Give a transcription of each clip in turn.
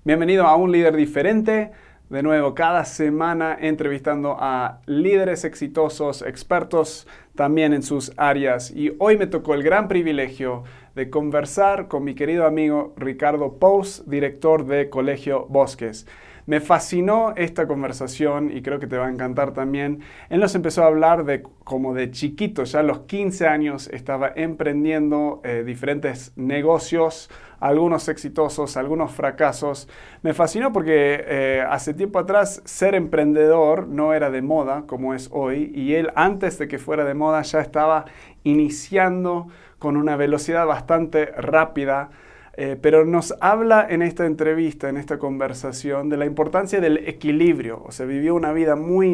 Bienvenido a Un Líder Diferente. De nuevo, cada semana entrevistando a líderes exitosos, expertos también en sus áreas. Y hoy me tocó el gran privilegio de conversar con mi querido amigo Ricardo Pous, director de Colegio Bosques. Me fascinó esta conversación y creo que te va a encantar también. Él nos empezó a hablar de como de chiquito, ya a los 15 años estaba emprendiendo diferentes negocios, algunos exitosos, algunos fracasos. Me fascinó porque hace tiempo atrás ser emprendedor no era de moda como es hoy y él antes de que fuera de moda ya estaba iniciando con una velocidad bastante rápida. Pero nos habla en esta entrevista, en esta conversación, de la importancia del equilibrio. O sea, vivió una vida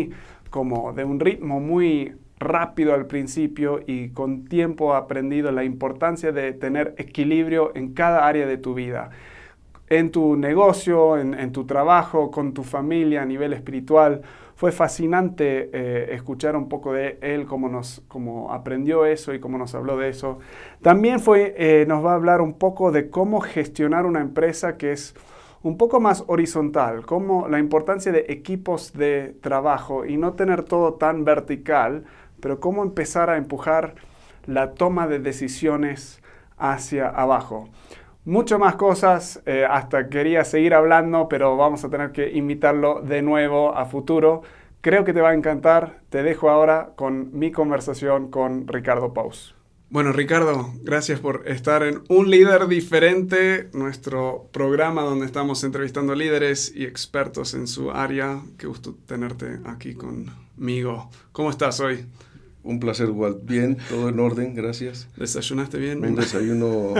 de un ritmo muy rápido al principio y con tiempo ha aprendido la importancia de tener equilibrio en cada área de tu vida. En tu negocio, en tu trabajo, con tu familia, a nivel espiritual. Fue fascinante escuchar un poco de él, cómo aprendió eso y cómo nos habló de eso. También nos va a hablar un poco de cómo gestionar una empresa que es un poco más horizontal, como la importancia de equipos de trabajo y no tener todo tan vertical, pero cómo empezar a empujar la toma de decisiones hacia abajo. Muchas más cosas, hasta quería seguir hablando, pero vamos a tener que invitarlo de nuevo a futuro. Creo que te va a encantar. Te dejo ahora con mi conversación con Ricardo Pous. Bueno, Ricardo, gracias por estar en Un Líder Diferente, nuestro programa donde estamos entrevistando líderes y expertos en su área. Qué gusto tenerte aquí conmigo. ¿Cómo estás hoy? Un placer, Walt. Bien, todo en orden, gracias. ¿Desayunaste bien? Un desayuno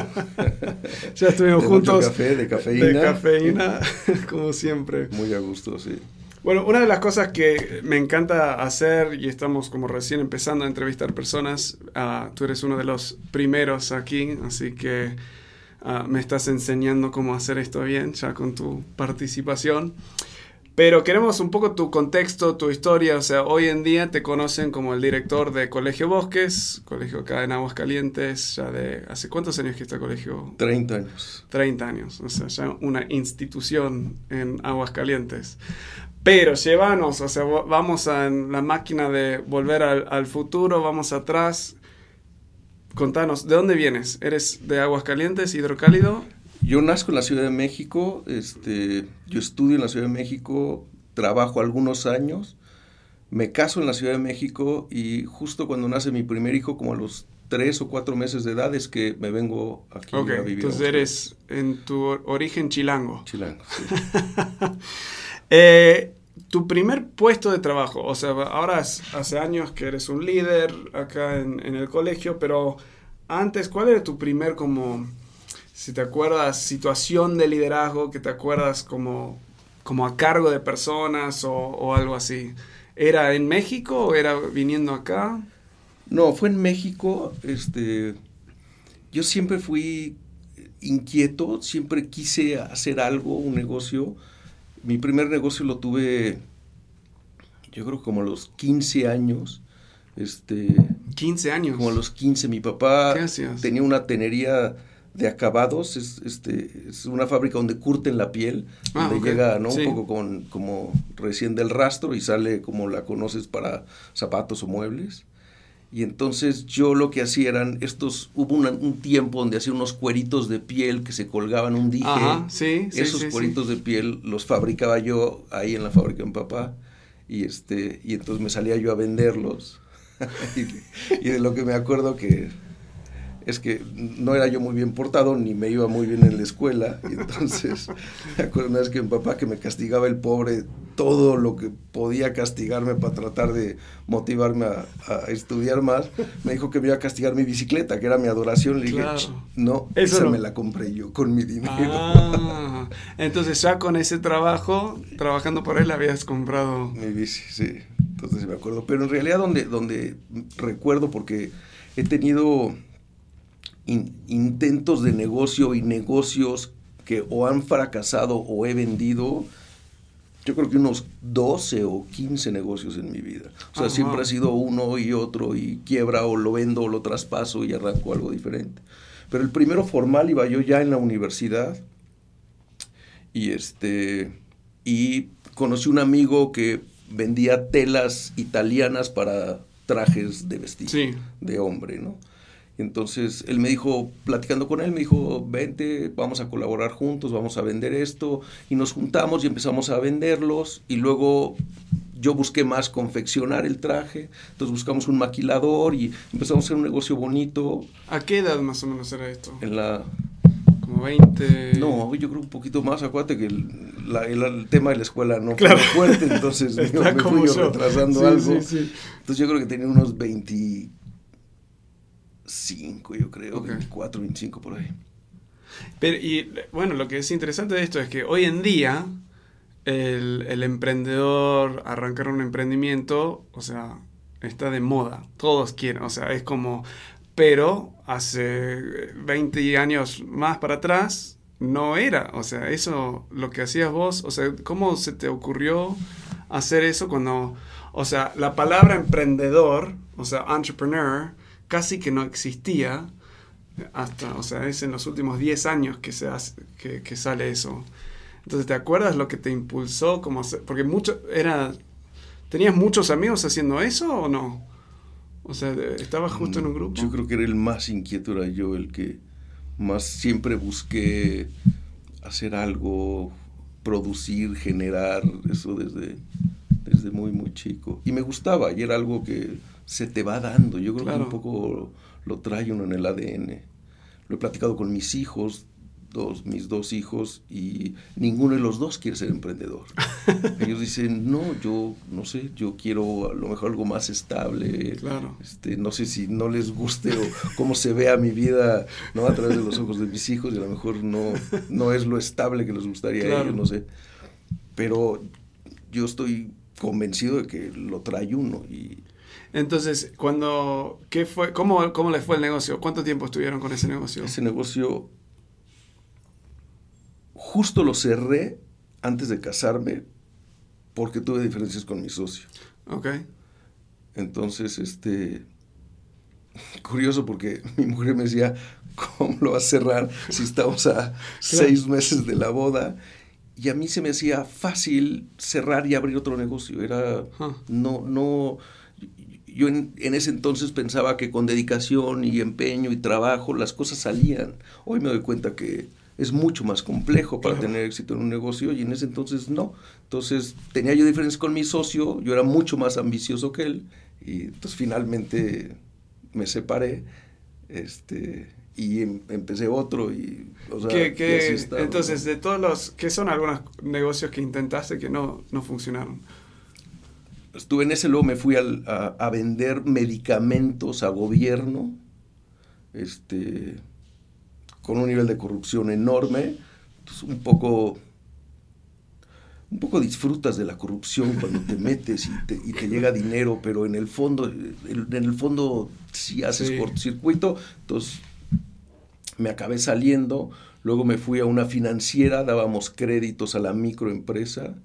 ya estuvimos juntos. Mucho café, de cafeína. De cafeína, como siempre. Muy a gusto, sí. Bueno, una de las cosas que me encanta hacer, y estamos como recién empezando a entrevistar personas, tú eres uno de los primeros aquí, así que me estás enseñando cómo hacer esto bien, ya con tu participación. Pero queremos un poco tu contexto, tu historia. O sea, hoy en día te conocen como el director de Colegio Bosques, colegio acá en Aguascalientes. ¿Hace cuántos años que está el colegio? 30 años. 30 años, o sea, ya una institución en Aguascalientes. Pero llévanos, o sea, vamos en la máquina de volver al futuro, vamos atrás. Contanos, ¿de dónde vienes? ¿Eres de Aguascalientes, Hidrocálido? Yo nazco en la Ciudad de México, yo estudio en la Ciudad de México, trabajo algunos años, me caso en la Ciudad de México y justo cuando nace mi primer hijo, como a los 3 o 4 meses de edad, es que me vengo aquí a vivir. Entonces eres en tu origen chilango. Chilango, sí. Tu primer puesto de trabajo, o sea, ahora hace años que eres un líder acá en el colegio, pero antes, ¿cuál era tu primer si te acuerdas, situación de liderazgo, que te acuerdas como a cargo de personas o algo así? ¿Era en México o era viniendo acá? No, fue en México. Yo siempre fui inquieto, siempre quise hacer algo, un negocio. Mi primer negocio lo tuve, yo creo como a los 15 años. 15 años. Como a los 15. Mi papá tenía una tenería de acabados, es una fábrica donde curten la piel, donde llega, ¿no? Sí. Un poco como recién del rastro y sale como la conoces para zapatos o muebles. Y entonces yo lo que hacía hubo un tiempo donde hacía unos cueritos de piel que se colgaban un dije. Ajá, sí, esos cueritos de piel los fabricaba yo ahí en la fábrica de mi papá y entonces me salía yo a venderlos. y de lo que me acuerdo es que no era yo muy bien portado, ni me iba muy bien en la escuela, y entonces me acuerdo una vez que mi papá, que me castigaba el pobre todo lo que podía castigarme para tratar de motivarme a estudiar más, me dijo que me iba a castigar mi bicicleta, que era mi adoración. Le dije, no, esa me la compré yo con mi dinero. Entonces ya con ese trabajo, trabajando por él, habías comprado... Mi bici, sí, entonces me acuerdo, pero en realidad donde recuerdo, porque he tenido intentos de negocio y negocios que o han fracasado o he vendido, yo creo que unos 12 o 15 negocios en mi vida. O sea, siempre ha sido uno y otro, y quiebra, o lo vendo, o lo traspaso y arranco algo diferente. Pero el primero formal iba yo ya en la universidad, y conocí un amigo que vendía telas italianas para trajes de vestir, Sí. de hombre, ¿no? Y entonces él me dijo, platicando con él, me dijo, vente, vamos a colaborar juntos, vamos a vender esto, y nos juntamos y empezamos a venderlos, y luego yo busqué más confeccionar el traje, entonces buscamos un maquilador y empezamos a hacer un negocio bonito. ¿A qué edad más o menos era esto? En la... Como 20... No, yo creo un poquito más, acuérdate que el tema de la escuela no Claro. fue fuerte, entonces me como fui yo yo. retrasando Sí, algo. sí. Entonces yo creo que tenía unos 25, yo creo, Ok. 24, 25 por ahí. Pero, y bueno, lo que es interesante de esto es que hoy en día el emprendedor, arrancar un emprendimiento, o sea, está de moda. Todos quieren, o sea, es como... Pero hace 20 años más para atrás no era, o sea, eso, lo que hacías vos, o sea, ¿cómo se te ocurrió hacer eso cuando, o sea, la palabra emprendedor, o sea, entrepreneur, casi que no existía hasta, o sea, es en los últimos 10 años que se hace, que sale eso. Entonces, ¿te acuerdas lo que te impulsó? Como hacer, porque ¿tenías muchos amigos haciendo eso o no? O sea, ¿estabas justo en un grupo? Yo creo que era el más inquieto, era yo el que más siempre busqué hacer algo, producir, generar, eso desde muy, muy chico. Y me gustaba, y era algo que se te va dando. Yo creo Claro. que un poco lo trae uno en el ADN. Lo he platicado con mis hijos, mis dos hijos, y ninguno de los dos quiere ser emprendedor. Ellos dicen, no, yo no sé, yo quiero a lo mejor algo más estable. Claro. No sé si no les guste o cómo se vea mi vida, ¿no? A través de los ojos de mis hijos, y a lo mejor no es lo estable que les gustaría Claro. a ellos, no sé. Pero yo estoy convencido de que lo trae uno. Y Entonces, ¿qué fue? ¿Cómo les fue el negocio? ¿Cuánto tiempo estuvieron con ese negocio? ese negocio justo lo cerré antes de casarme porque tuve diferencias con mi socio. Ok. Entonces, curioso porque mi mujer me decía, ¿cómo lo vas a cerrar si estamos a 6 meses de la boda? Y a mí se me hacía fácil cerrar y abrir otro negocio. Yo en ese entonces pensaba que con dedicación y empeño y trabajo las cosas salían. Hoy me doy cuenta que es mucho más complejo para tener éxito en un negocio, y en ese entonces no. Entonces tenía yo diferencias con mi socio, yo era mucho más ambicioso que él, y entonces finalmente me separé, y empecé otro, y, o sea, y así está, entonces, ¿no? de todos los... ¿Qué son algunos negocios que intentaste que no funcionaron? Estuve en ese, luego me fui a vender medicamentos a gobierno, con un nivel de corrupción enorme. Entonces, un poco disfrutas de la corrupción cuando te metes y te llega dinero, pero en el fondo sí haces cortocircuito. Entonces me acabé saliendo, luego me fui a una financiera, dábamos créditos a la microempresa,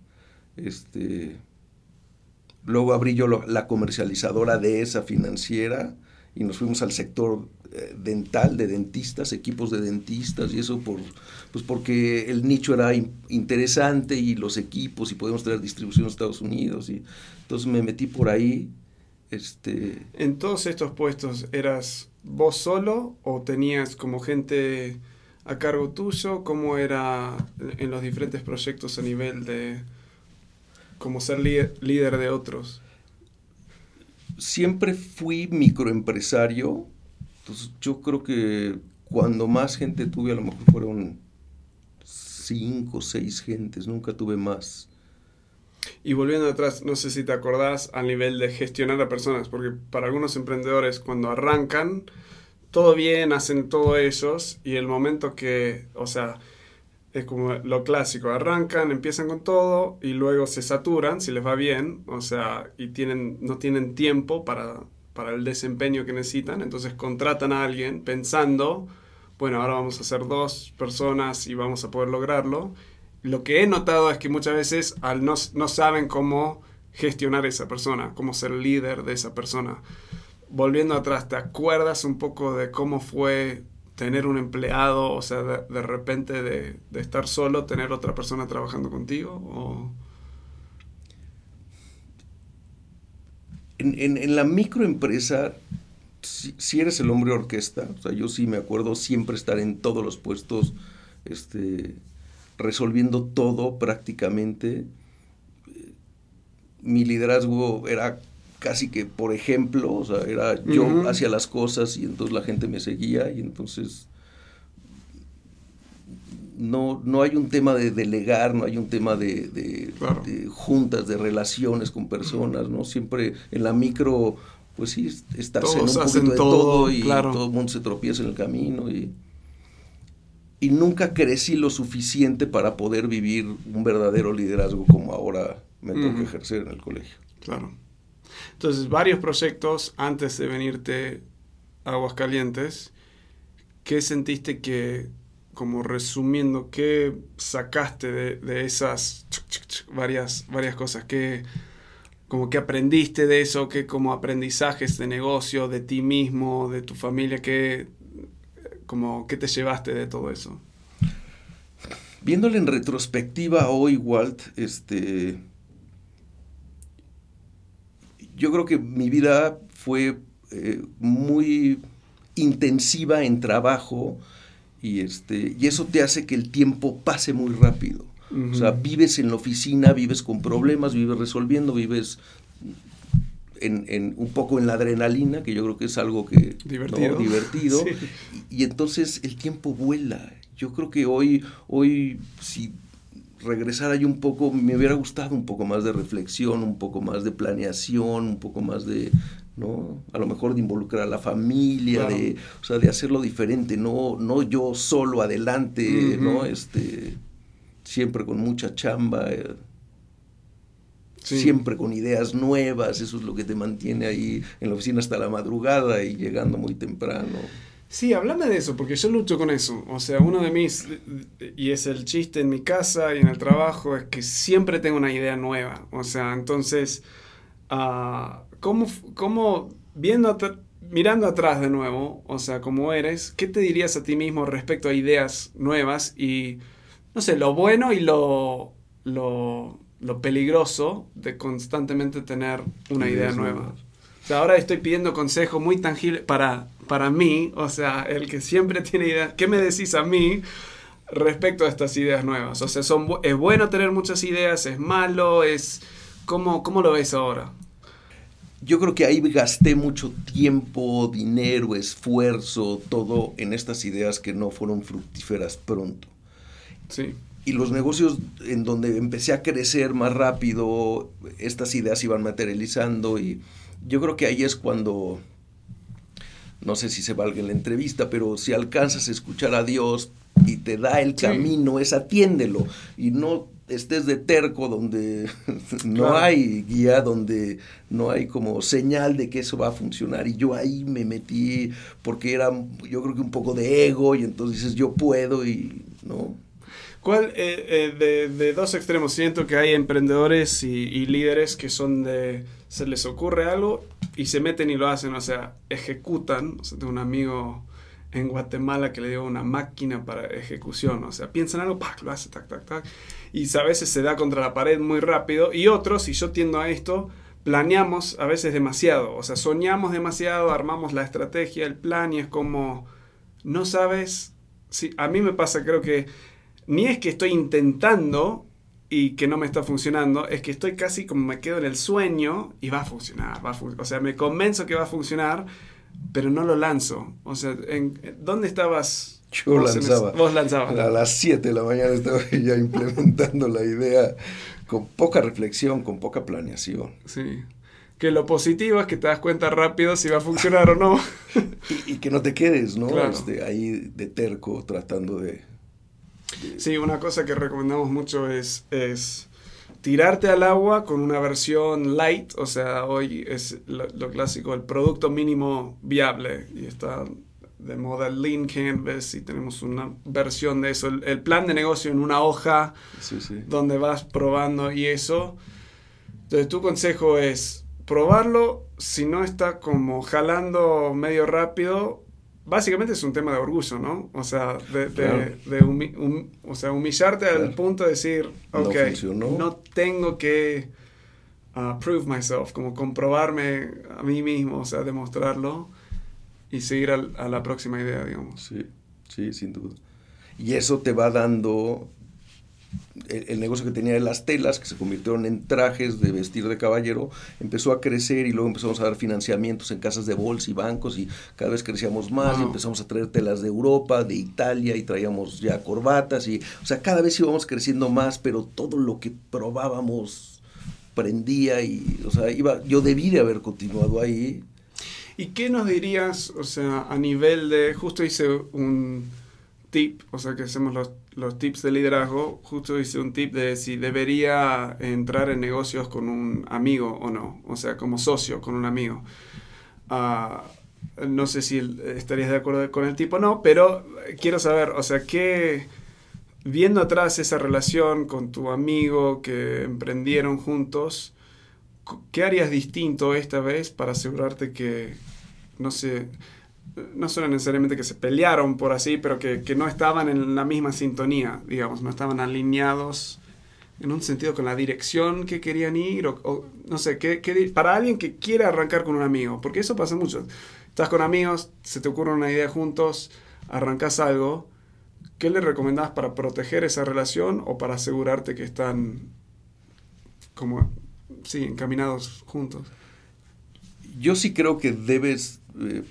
luego abrí yo la comercializadora de esa financiera, y nos fuimos al sector dental, de dentistas, equipos de dentistas, y eso porque el nicho era interesante, y los equipos, y podíamos tener distribución en Estados Unidos, y entonces me metí por ahí. ¿En todos estos puestos eras vos solo o tenías como gente a cargo tuyo? ¿Cómo era en los diferentes proyectos a nivel de como ser líder de otros? Siempre fui microempresario, entonces yo creo que cuando más gente tuve, a lo mejor fueron 5 o 6 gentes, nunca tuve más. Y volviendo atrás, no sé si te acordás al nivel de gestionar a personas, porque para algunos emprendedores cuando arrancan, todo bien, hacen todo ellos, y el momento que, o sea, es como lo clásico, arrancan, empiezan con todo y luego se saturan, si les va bien, o sea, y no tienen tiempo para el desempeño que necesitan, entonces contratan a alguien pensando, bueno, ahora vamos a ser 2 personas y vamos a poder lograrlo. Lo que he notado es que muchas veces no saben cómo gestionar esa persona, cómo ser líder de esa persona. Volviendo atrás, ¿te acuerdas un poco de cómo fue tener un empleado, o sea, de repente de estar solo, tener otra persona trabajando contigo? ¿O? En la microempresa, si eres el hombre orquesta, o sea, yo sí me acuerdo siempre estar en todos los puestos, resolviendo todo prácticamente. Mi liderazgo era casi que por ejemplo, o sea, era yo hacía las cosas y entonces la gente me seguía y entonces no hay un tema de delegar, no hay un tema de juntas, de relaciones con personas, ¿no? Siempre en la micro, pues sí, estás en un poquito de todo y todo el mundo se tropieza en el camino y nunca crecí lo suficiente para poder vivir un verdadero liderazgo como ahora me toca ejercer en el colegio. Claro. Entonces, varios proyectos antes de venirte a Aguascalientes. ¿Qué sentiste que, como resumiendo, qué sacaste de esas varias cosas? ¿Qué aprendiste de eso? ¿Qué como aprendizajes de negocio, de ti mismo, de tu familia? ¿Qué te llevaste de todo eso? Viéndole en retrospectiva hoy, Walt, yo creo que mi vida fue muy intensiva en trabajo y eso te hace que el tiempo pase muy rápido. O sea, vives en la oficina, vives con problemas, vives resolviendo, vives un poco en la adrenalina, que yo creo que es algo que divertido. Sí. Y entonces el tiempo vuela. Yo creo que hoy si regresara yo un poco, me hubiera gustado un poco más de reflexión, un poco más de planeación, un poco más de, ¿no? A lo mejor de involucrar a la familia, claro. de hacerlo diferente, no yo solo adelante, ¿no? Siempre con mucha chamba, siempre con ideas nuevas, eso es lo que te mantiene ahí en la oficina hasta la madrugada y llegando muy temprano. Sí, háblame de eso, porque yo lucho con eso. O sea, uno de mis, y es el chiste en mi casa y en el trabajo, es que siempre tengo una idea nueva. O sea, entonces, ¿cómo mirando atrás de nuevo, o sea, como eres, qué te dirías a ti mismo respecto a ideas nuevas y, no sé, lo bueno y lo peligroso de constantemente tener una idea nueva? O sea, ahora estoy pidiendo consejo muy tangible para mí, o sea, el que siempre tiene ideas. ¿Qué me decís a mí respecto a estas ideas nuevas? O sea, ¿es bueno tener muchas ideas? ¿Es malo? ¿Cómo lo ves ahora? Yo creo que ahí gasté mucho tiempo, dinero, esfuerzo, todo en estas ideas que no fueron fructíferas pronto. Sí. Y los negocios en donde empecé a crecer más rápido, estas ideas iban materializando y yo creo que ahí es cuando, no sé si se valga en la entrevista, pero si alcanzas a escuchar a Dios y te da el camino, atiéndelo y no estés de terco donde no hay guía, donde no hay como señal de que eso va a funcionar. Y yo ahí me metí porque era, yo creo que un poco de ego y entonces dices yo puedo y no. ¿Cuál de dos extremos? Siento que hay emprendedores y líderes que son se les ocurre algo y se meten y lo hacen, o sea, ejecutan. O sea, tengo un amigo en Guatemala que le dio una máquina para ejecución, o sea, piensa en algo, ¡pac!, lo hace, tac, tac, tac, y a veces se da contra la pared muy rápido, y otros, y yo tiendo a esto, planeamos a veces demasiado, o sea, soñamos demasiado, armamos la estrategia, el plan, y es como, no sabes, a mí me pasa, creo que ni es que estoy intentando y que no me está funcionando, es que estoy casi como me quedo en el sueño y va a funcionar, o sea, me convenzo que va a funcionar, pero no lo lanzo. O sea, ¿dónde estabas? Yo lanzaba. Vos lanzabas. A las 7 de la mañana estaba ya implementando la idea con poca reflexión, con poca planeación. Sí. Que lo positivo es que te das cuenta rápido si va a funcionar o no. y que no te quedes, ¿no? Claro. Ahí de terco tratando de... Sí, una cosa que recomendamos mucho es tirarte al agua con una versión light, o sea, hoy es lo clásico, el producto mínimo viable, y está de moda el Lean Canvas, y tenemos una versión de eso, el plan de negocio en una hoja, donde vas probando y eso. Entonces, tu consejo es probarlo, si no está como jalando medio rápido, básicamente es un tema de orgullo, ¿no? O sea, Claro. o sea, humillarte al Claro. punto de decir, No ok, funcionó. no tengo que prove myself, como comprobarme a mí mismo, o sea, demostrarlo y seguir a la próxima idea, digamos. Sí, sí, sin duda. Y eso te va dando el negocio que tenía de las telas, que se convirtieron en trajes de vestir de caballero, empezó a crecer y luego empezamos a dar financiamientos en casas de bolsa y bancos y cada vez crecíamos más y Wow. empezamos a traer telas de Europa, de Italia y traíamos ya corbatas y, o sea, cada vez íbamos creciendo más, pero todo lo que probábamos prendía y, o sea, yo debí de haber continuado ahí. ¿Y qué nos dirías, o sea, a nivel de, justo hice un tip, o sea, que hacemos los tips de liderazgo, justo hice un tip de si debería entrar en negocios con un amigo o no, o sea, como socio con un amigo. Ah, no sé si estarías de acuerdo con el tipo o no, pero quiero saber, o sea, viendo atrás esa relación con tu amigo que emprendieron juntos, ¿qué harías distinto esta vez para asegurarte que, no sé, no solo necesariamente que se pelearon por así, pero que no estaban en la misma sintonía, digamos, no estaban alineados en un sentido con la dirección que querían ir, o no sé, para alguien que quiere arrancar con un amigo, porque eso pasa mucho. Estás con amigos, se te ocurre una idea juntos, arrancas algo, ¿qué le recomendás para proteger esa relación o para asegurarte que están como, sí, encaminados juntos? Yo sí creo que debes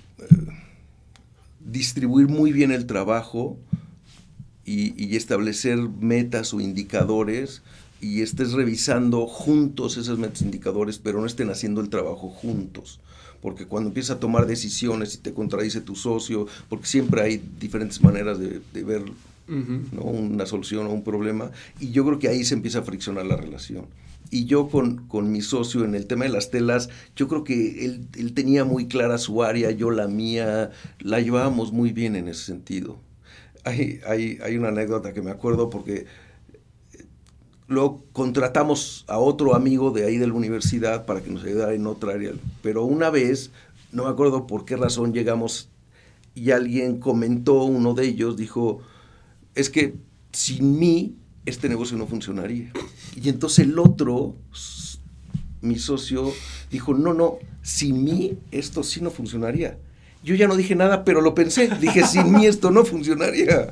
distribuir muy bien el trabajo y establecer metas o indicadores y estés revisando juntos esos metas e indicadores, pero no estén haciendo el trabajo juntos. Porque cuando empiezas a tomar decisiones y te contradice tu socio, porque siempre hay diferentes maneras de ver, ¿no?, una solución o un problema, y yo creo que ahí se empieza a friccionar la relación. Y yo con mi socio en el tema de las telas, yo creo que él tenía muy clara su área, yo la mía, la llevábamos muy bien en ese sentido. Hay una anécdota que me acuerdo porque luego contratamos a otro amigo de ahí de la universidad para que nos ayudara en otra área, pero una vez, no me acuerdo por qué razón llegamos y alguien comentó, uno de ellos dijo, es que sin mí este negocio no funcionaría. Y entonces el otro, mi socio, dijo, no, sin mí esto sí no funcionaría. Yo ya no dije nada, pero lo pensé. Dije, sin mí esto no funcionaría.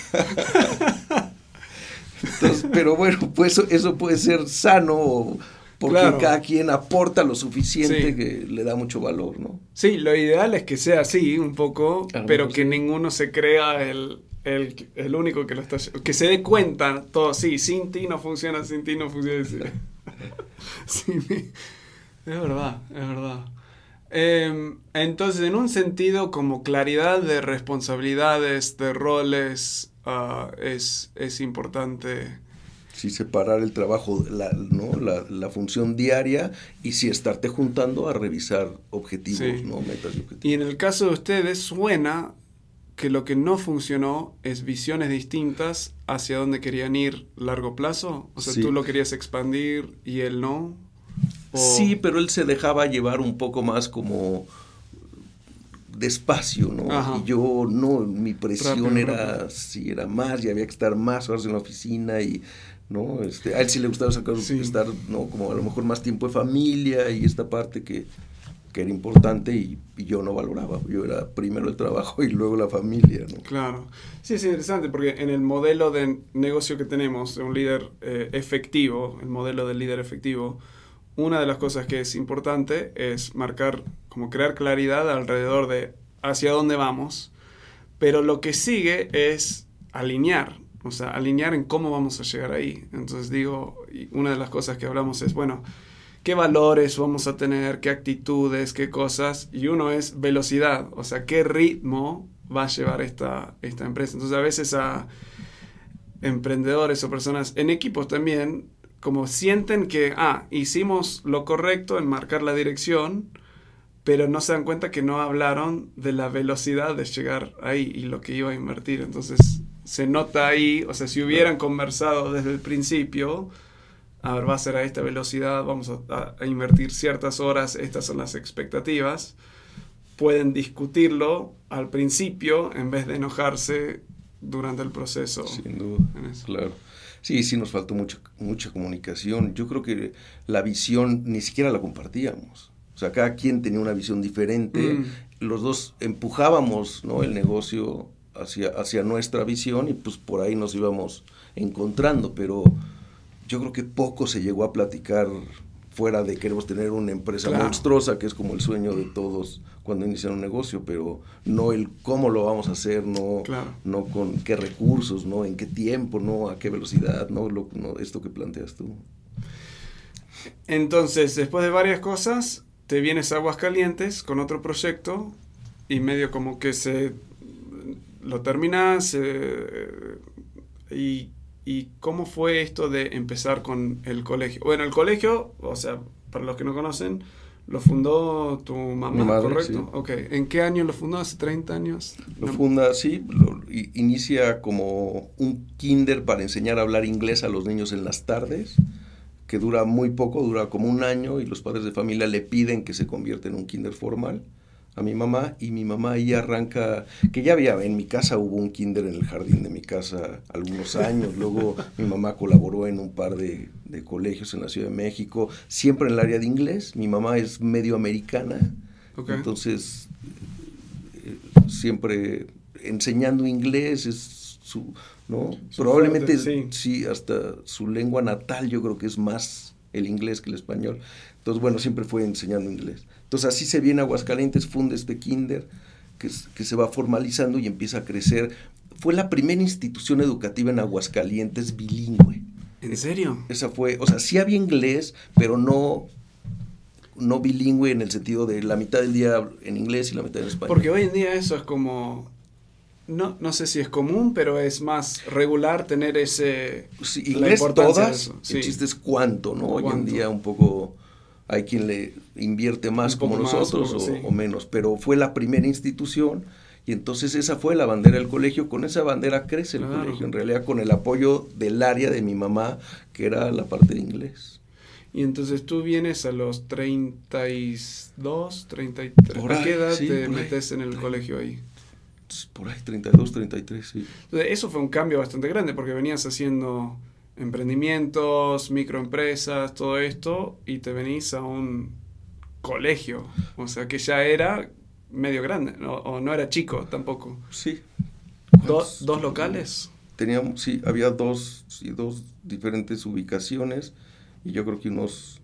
Entonces, pero bueno, pues eso puede ser sano porque Claro. cada quien aporta lo suficiente Sí. que le da mucho valor, ¿no? Sí, lo ideal es que sea así un poco, A lo pero mejor que sí. ninguno se crea el único que lo está... Que se dé cuenta todo, sí, sin ti no funciona, sin ti no funciona. Sí. Es verdad, es verdad. Entonces, en un sentido, como claridad de responsabilidades, de roles, es importante. Sí, separar el trabajo, ¿no?, la función diaria y sí estarte juntando a revisar objetivos, Sí. ¿no?, metas y objetivos. Y en el caso de ustedes, suena que lo que no funcionó es visiones distintas hacia dónde querían ir largo plazo. O sea, Sí. tú lo querías expandir y él no. Sí, pero él se dejaba llevar un poco más como despacio, ¿no? Ajá. Y yo no, mi presión Rápido, era, rápido. sí, era más y había que estar más horas en la oficina y, ¿no? A él sí le gustaba Sí. estar, ¿no?, como a lo mejor más tiempo de familia y esta parte que era importante y yo no valoraba. Yo era primero el trabajo y luego la familia, ¿no? Claro. Sí, es interesante porque en el modelo de negocio que tenemos, de un líder efectivo, el modelo del líder efectivo, una de las cosas que es importante es marcar, como crear claridad alrededor de hacia dónde vamos, pero lo que sigue es alinear, o sea, alinear en cómo vamos a llegar ahí. Entonces digo, y una de las cosas que hablamos es, bueno, ¿qué valores vamos a tener? ¿Qué actitudes? ¿Qué cosas? Y uno es velocidad, o sea, ¿qué ritmo va a llevar esta empresa? Entonces a veces a emprendedores o personas en equipos también, como sienten que, hicimos lo correcto en marcar la dirección, pero no se dan cuenta que no hablaron de la velocidad de llegar ahí y lo que iba a invertir. Entonces se nota ahí, o sea, si hubieran conversado desde el principio, a ver, va a ser a esta velocidad, vamos a invertir ciertas horas, estas son las expectativas, pueden discutirlo al principio en vez de enojarse durante el proceso. Sin duda, claro. Sí, sí nos faltó mucha comunicación. Yo creo que la visión ni siquiera la compartíamos. O sea, cada quien tenía una visión diferente. Los dos empujábamos, ¿no?, el negocio hacia nuestra visión y pues por ahí nos íbamos encontrando, pero yo creo que poco se llegó a platicar fuera de queremos tener una empresa monstruosa, que es como el sueño de todos cuando inician un negocio, pero no el cómo lo vamos a hacer, no con qué recursos, no en qué tiempo, no a qué velocidad, no esto que planteas tú. Entonces, después de varias cosas, te vienes a Aguascalientes con otro proyecto y medio como que lo terminas. ¿Y cómo fue esto de empezar con el colegio? Bueno, el colegio, o sea, para los que no conocen, lo fundó tu mamá, mi madre, ¿correcto? Sí. Ok. ¿En qué año lo fundó? ¿Hace 30 años? Lo funda, sí, inicia como un kinder para enseñar a hablar inglés a los niños en las tardes, que dura muy poco, dura como un año, y los padres de familia le piden que se convierta en un kinder formal a mi mamá, y mi mamá ahí arranca, que ya había, en mi casa hubo un kinder en el jardín de mi casa algunos años, luego mi mamá colaboró en un par de colegios en la Ciudad de México, siempre en el área de inglés. Mi mamá es medio americana, entonces siempre enseñando inglés es probablemente fuerte, sí, hasta su lengua natal yo creo que es más el inglés que el español. Entonces, bueno, siempre fue enseñando inglés. Entonces, así se viene a Aguascalientes, funda este kinder que se va formalizando y empieza a crecer. Fue la primera institución educativa en Aguascalientes bilingüe. ¿En serio? Esa fue, o sea, sí había inglés, pero no bilingüe en el sentido de la mitad del día en inglés y la mitad en español. Porque hoy en día eso es como... No sé si es común, pero es más regular tener ese... Sí, inglés todas, el chiste es cuánto, ¿no? Hoy en día un poco hay quien le invierte más como nosotros o menos, pero fue la primera institución y entonces esa fue la bandera del colegio. Con esa bandera crece el colegio, en realidad con el apoyo del área de mi mamá, que era la parte de inglés. Y entonces tú vienes a los 32, 33, ¿a qué edad te metes en el colegio ahí? Por ahí, 32, 33, sí. Entonces, eso fue un cambio bastante grande, porque venías haciendo emprendimientos, microempresas, todo esto, y te venís a un colegio, o sea que ya era medio grande, o no era chico tampoco. Sí. ¿Dos locales? Teníamos, sí, había dos diferentes ubicaciones, y yo creo que unos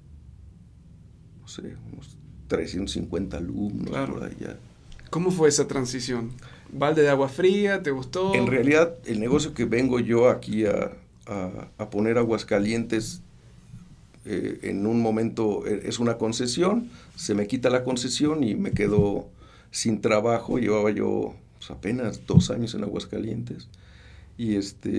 350 alumnos por allá. ¿Cómo fue esa transición? ¿Balde de agua fría? ¿Te gustó? En realidad, el negocio que vengo yo aquí a poner Aguascalientes, en un momento es una concesión, se me quita la concesión y me quedo sin trabajo. Llevaba yo apenas 2 años en Aguascalientes y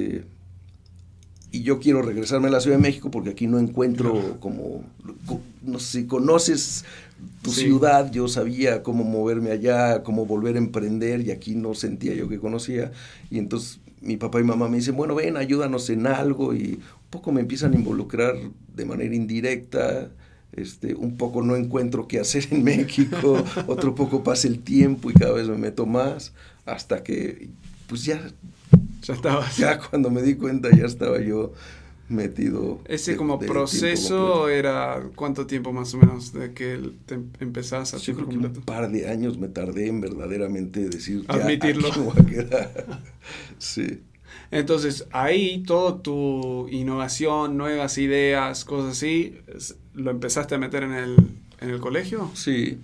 yo quiero regresarme a la Ciudad de México porque aquí no encuentro no sé si conoces tu ciudad. Yo sabía cómo moverme allá, cómo volver a emprender, y aquí no sentía yo que conocía. Y entonces mi papá y mamá me dicen, bueno, ven, ayúdanos en algo, y un poco me empiezan a involucrar de manera indirecta. Un poco no encuentro qué hacer en México, otro poco pasa el tiempo y cada vez me meto más, hasta que pues ya estabas. Ya cuando me di cuenta ya estaba yo metido. Ese como proceso era ¿cuánto tiempo más o menos de que te empezás a tiempo completo? Un par de años me tardé en verdaderamente decir admitirlo. Aquí me voy a quedar. Sí. Entonces ahí toda tu innovación, nuevas ideas, cosas así, ¿lo empezaste a meter en el colegio? Sí.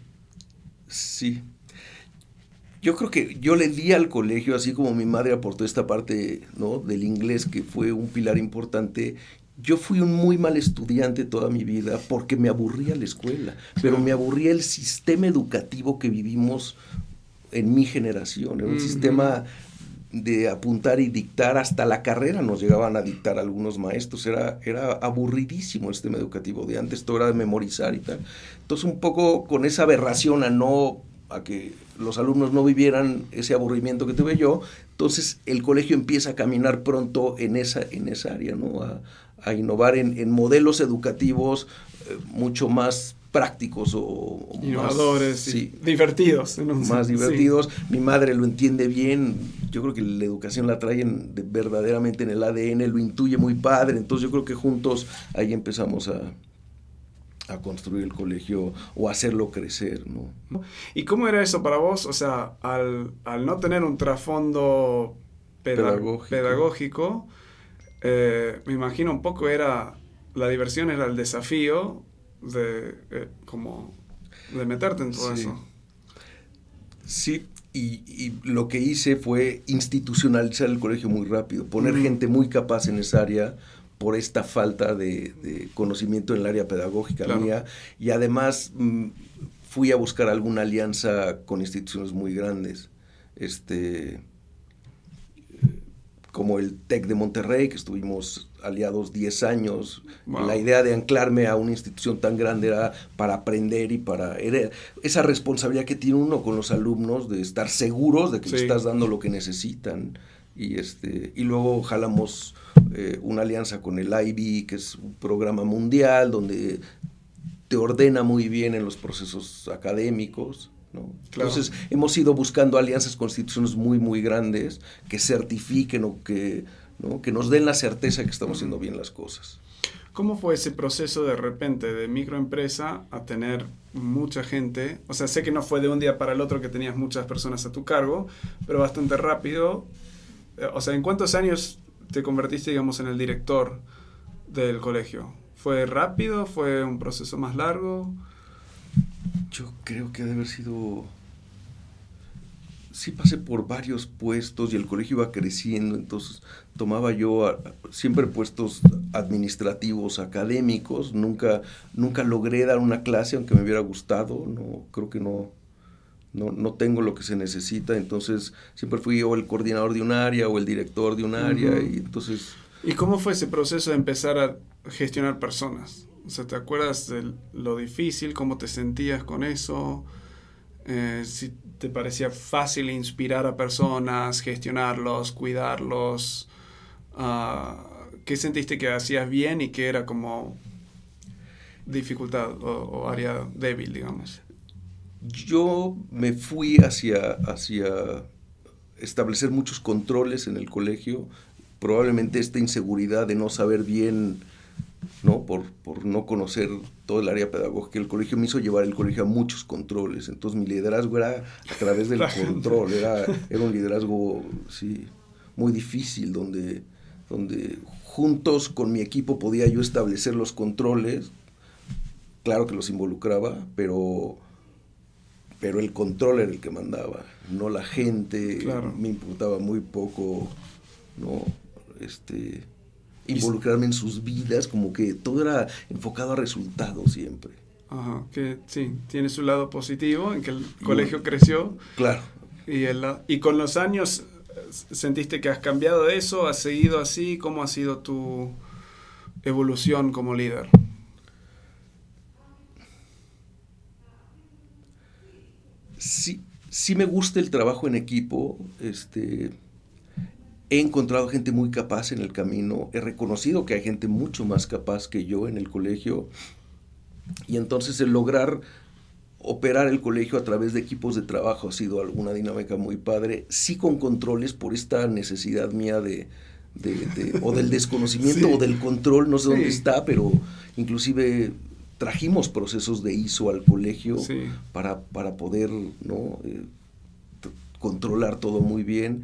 Yo creo que yo le di al colegio, así como mi madre aportó esta parte, ¿no?, del inglés, que fue un pilar importante. Yo fui un muy mal estudiante toda mi vida porque me aburría la escuela, pero me aburría el sistema educativo que vivimos en mi generación. Era un sistema de apuntar y dictar, hasta la carrera nos llegaban a dictar algunos maestros. Era aburridísimo el sistema educativo de antes, todo era de memorizar y tal. Entonces, un poco con esa aberración a que los alumnos no vivieran ese aburrimiento que tuve yo, entonces el colegio empieza a caminar pronto en esa área, ¿no? A innovar en modelos educativos mucho más prácticos o innovadores, más, sí, divertidos. Más divertidos. Sí. Mi madre lo entiende bien. Yo creo que la educación la traen verdaderamente en el ADN, lo intuye muy padre. Entonces yo creo que juntos ahí empezamos a construir el colegio o hacerlo crecer, ¿no? ¿Y cómo era eso para vos? O sea, al no tener un trasfondo pedagógico, me imagino un poco la diversión era el desafío de meterte en todo eso. Sí, y lo que hice fue institucionalizar el colegio muy rápido, poner gente muy capaz en esa área por esta falta de conocimiento en el área pedagógica mía, y además fui a buscar alguna alianza con instituciones muy grandes, como el TEC de Monterrey, que estuvimos aliados 10 años. Wow. La idea de anclarme a una institución tan grande era para aprender y era esa responsabilidad que tiene uno con los alumnos de estar seguros de que le estás dando lo que necesitan. Y luego jalamos una alianza con el IB, que es un programa mundial donde te ordena muy bien en los procesos académicos, ¿no? Claro. Entonces hemos ido buscando alianzas con instituciones muy muy grandes que certifiquen o que nos den la certeza que estamos haciendo bien las cosas. ¿Cómo fue ese proceso de repente de microempresa a tener mucha gente? O sea, sé que no fue de un día para el otro que tenías muchas personas a tu cargo, pero bastante rápido. O sea, ¿en cuántos años te convertiste, digamos, en el director del colegio? ¿Fue rápido? ¿Fue un proceso más largo? Yo creo que debe haber sido... Sí pasé por varios puestos y el colegio iba creciendo, entonces tomaba yo siempre puestos administrativos, académicos. Nunca logré dar una clase, aunque me hubiera gustado. No, creo que no tengo lo que se necesita, entonces siempre fui o el coordinador de un área o el director de un área. Y entonces... ¿Y cómo fue ese proceso de empezar a gestionar personas? O sea, ¿te acuerdas de lo difícil? ¿Cómo te sentías con eso? Si te parecía fácil inspirar a personas, gestionarlos, cuidarlos. ¿Qué sentiste que hacías bien y qué era como dificultad o área débil, digamos? Yo me fui hacia establecer muchos controles en el colegio. Probablemente esta inseguridad de no saber bien, ¿no? Por no conocer todo el área pedagógica del colegio, me hizo llevar el colegio a muchos controles. Entonces mi liderazgo era a través del control, era un liderazgo, sí, muy difícil, donde juntos con mi equipo podía yo establecer los controles. Claro que los involucraba, pero el control era el que mandaba, no la gente. Claro. Me importaba muy poco, ¿no? Involucrarme en sus vidas, como que todo era enfocado a resultados siempre. Ajá, que sí, tiene su lado positivo, en que el colegio creció. Claro. Y con los años, ¿sentiste que has cambiado de eso? ¿Has seguido así? ¿Cómo ha sido tu evolución como líder? Sí me gusta el trabajo en equipo. He encontrado gente muy capaz en el camino, he reconocido que hay gente mucho más capaz que yo en el colegio, y entonces el lograr operar el colegio a través de equipos de trabajo ha sido alguna dinámica muy padre, sí con controles por esta necesidad mía o del desconocimiento sí. O del control, no sé sí. Dónde está, pero inclusive trajimos procesos de ISO al colegio sí. para poder, ¿no? Controlar todo muy bien.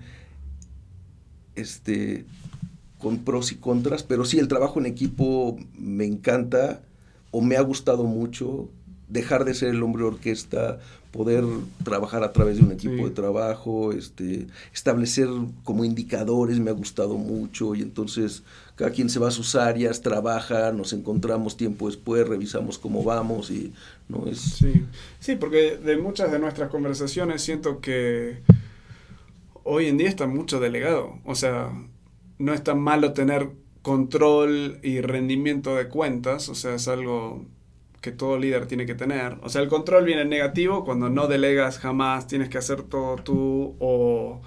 Con pros y contras, pero sí, el trabajo en equipo me encanta, o me ha gustado mucho, dejar de ser el hombre orquesta, poder trabajar a través de un equipo sí. De trabajo, establecer como indicadores me ha gustado mucho, y entonces cada quien se va a sus áreas, trabaja, nos encontramos tiempo después, revisamos cómo vamos, y no es... Sí, porque de muchas de nuestras conversaciones siento que hoy en día está mucho delegado. O sea, no es tan malo tener control y rendimiento de cuentas. O sea, es algo que todo líder tiene que tener. O sea, el control viene en negativo cuando no delegas jamás, tienes que hacer todo tú, o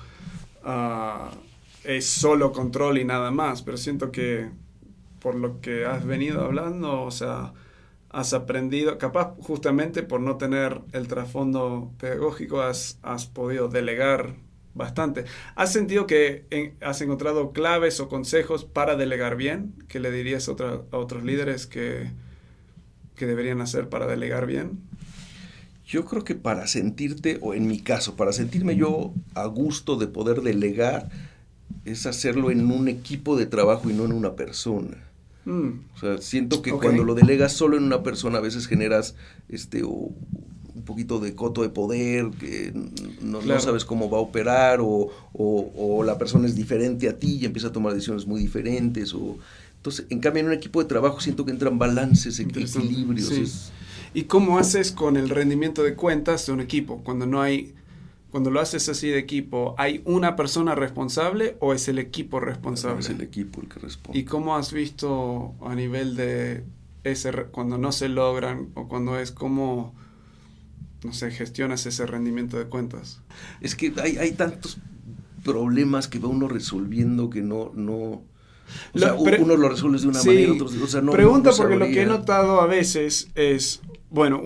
es solo control y nada más. Pero siento que por lo que has venido hablando, o sea, has aprendido, capaz justamente por no tener el trasfondo pedagógico, has podido delegar bastante. ¿Has sentido que has encontrado claves o consejos para delegar bien? ¿Qué le dirías a otros líderes que deberían hacer para delegar bien? Yo creo que para sentirte, o en mi caso, para sentirme yo a gusto de poder delegar, es hacerlo en un equipo de trabajo y no en una persona. O sea, siento que cuando lo delegas solo en una persona, a veces generas un poquito de coto de poder, que no sabes cómo va a operar, o la persona es diferente a ti y empieza a tomar decisiones muy diferentes. Entonces, en cambio, en un equipo de trabajo siento que entran balances, equilibrios. Sí. ¿Y cómo haces con el rendimiento de cuentas de un equipo? Cuando lo haces así de equipo, ¿hay una persona responsable o es el equipo responsable? No, es el equipo el que responde. ¿Y cómo has visto a nivel de cuando no se logran o cuando no sé, gestionas ese rendimiento de cuentas? Es que hay tantos problemas que va uno resolviendo que no o sea, uno lo resuelve de una manera, otros, o sea, no. Pregunta porque lo que he notado a veces es, bueno,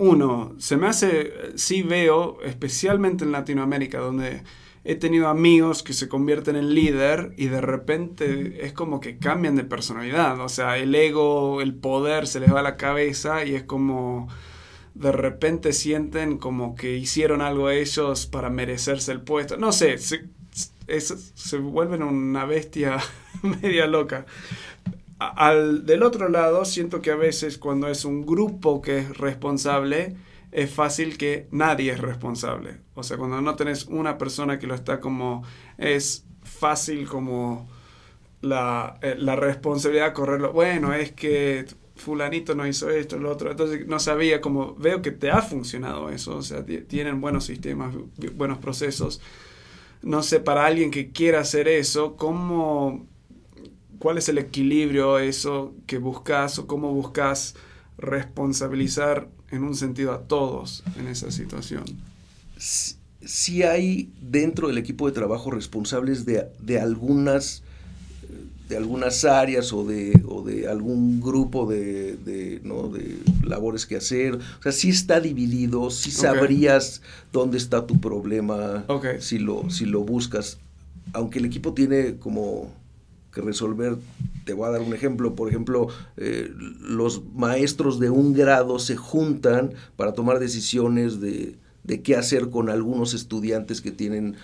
sí veo, especialmente en Latinoamérica, donde he tenido amigos que se convierten en líder y de repente es como que cambian de personalidad, o sea, el ego, el poder se les va a la cabeza y es como de repente sienten como que hicieron algo ellos para merecerse el puesto, no sé, se vuelven una bestia media loca. Del otro lado, siento que a veces cuando es un grupo que es responsable, es fácil que nadie es responsable. O sea, cuando no tenés una persona que lo está es fácil como la responsabilidad correrlo. Bueno, es que fulanito no hizo esto, lo otro. Entonces no sabía cómo, veo que te ha funcionado eso. O sea, tienen buenos sistemas, buenos procesos. No sé, para alguien que quiera hacer eso, ¿cuál es el equilibrio eso que buscas o cómo buscas responsabilizar en un sentido a todos en esa situación? Sí hay dentro del equipo de trabajo responsables de algunas áreas o de algún grupo de labores que hacer. O sea, sí está dividido, sí sabrías dónde está tu problema, si lo buscas. Aunque el equipo tiene como que resolver, te voy a dar un ejemplo. Por ejemplo, los maestros de un grado se juntan para tomar decisiones de qué hacer con algunos estudiantes que tienen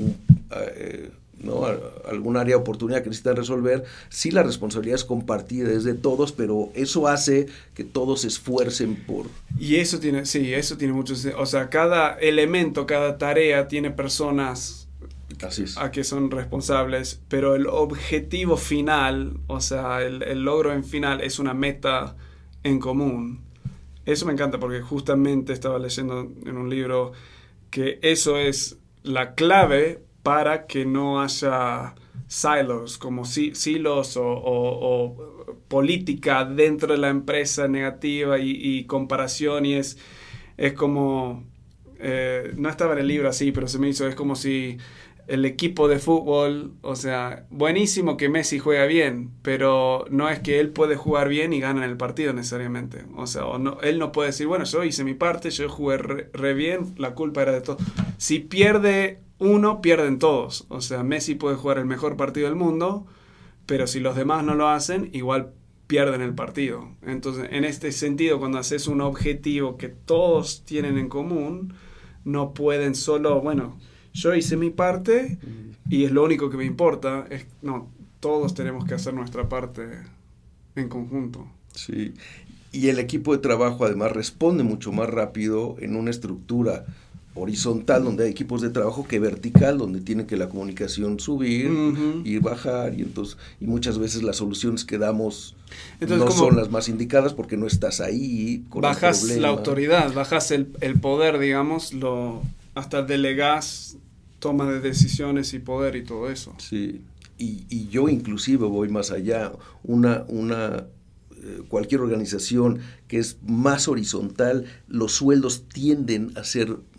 algún área de oportunidad que necesitan resolver. Sí, la responsabilidad es compartida, es de todos, pero eso hace que todos se esfuercen por... Y eso tiene mucho sentido. O sea, cada elemento, cada tarea tiene personas a que son responsables, pero el objetivo final, o sea, el logro en final es una meta en común. Eso me encanta porque justamente estaba leyendo en un libro que eso es la clave para que no haya silos, como silos o política dentro de la empresa negativa y comparación, y es como, no estaba en el libro así, pero se me hizo, es como si el equipo de fútbol, o sea, buenísimo que Messi juega bien, pero no es que él puede jugar bien y gana en el partido necesariamente. O sea, él no puede decir, bueno, yo hice mi parte, yo jugué re bien, la culpa era de todo. Si pierde uno, pierden todos. O sea, Messi puede jugar el mejor partido del mundo, pero si los demás no lo hacen, igual pierden el partido. Entonces, en este sentido, cuando haces un objetivo que todos tienen en común, no pueden solo, bueno, yo hice mi parte y es lo único que me importa. No, todos tenemos que hacer nuestra parte en conjunto. Sí, y el equipo de trabajo además responde mucho más rápido en una estructura horizontal donde hay equipos de trabajo que vertical, donde tiene que la comunicación subir y bajar, y muchas veces las soluciones que damos no son las más indicadas porque no estás ahí con bajas la autoridad, bajas el poder, digamos, hasta delegás toma de decisiones y poder y todo eso. Sí, y yo inclusive voy más allá. Cualquier organización que es más horizontal, los sueldos tienden a ser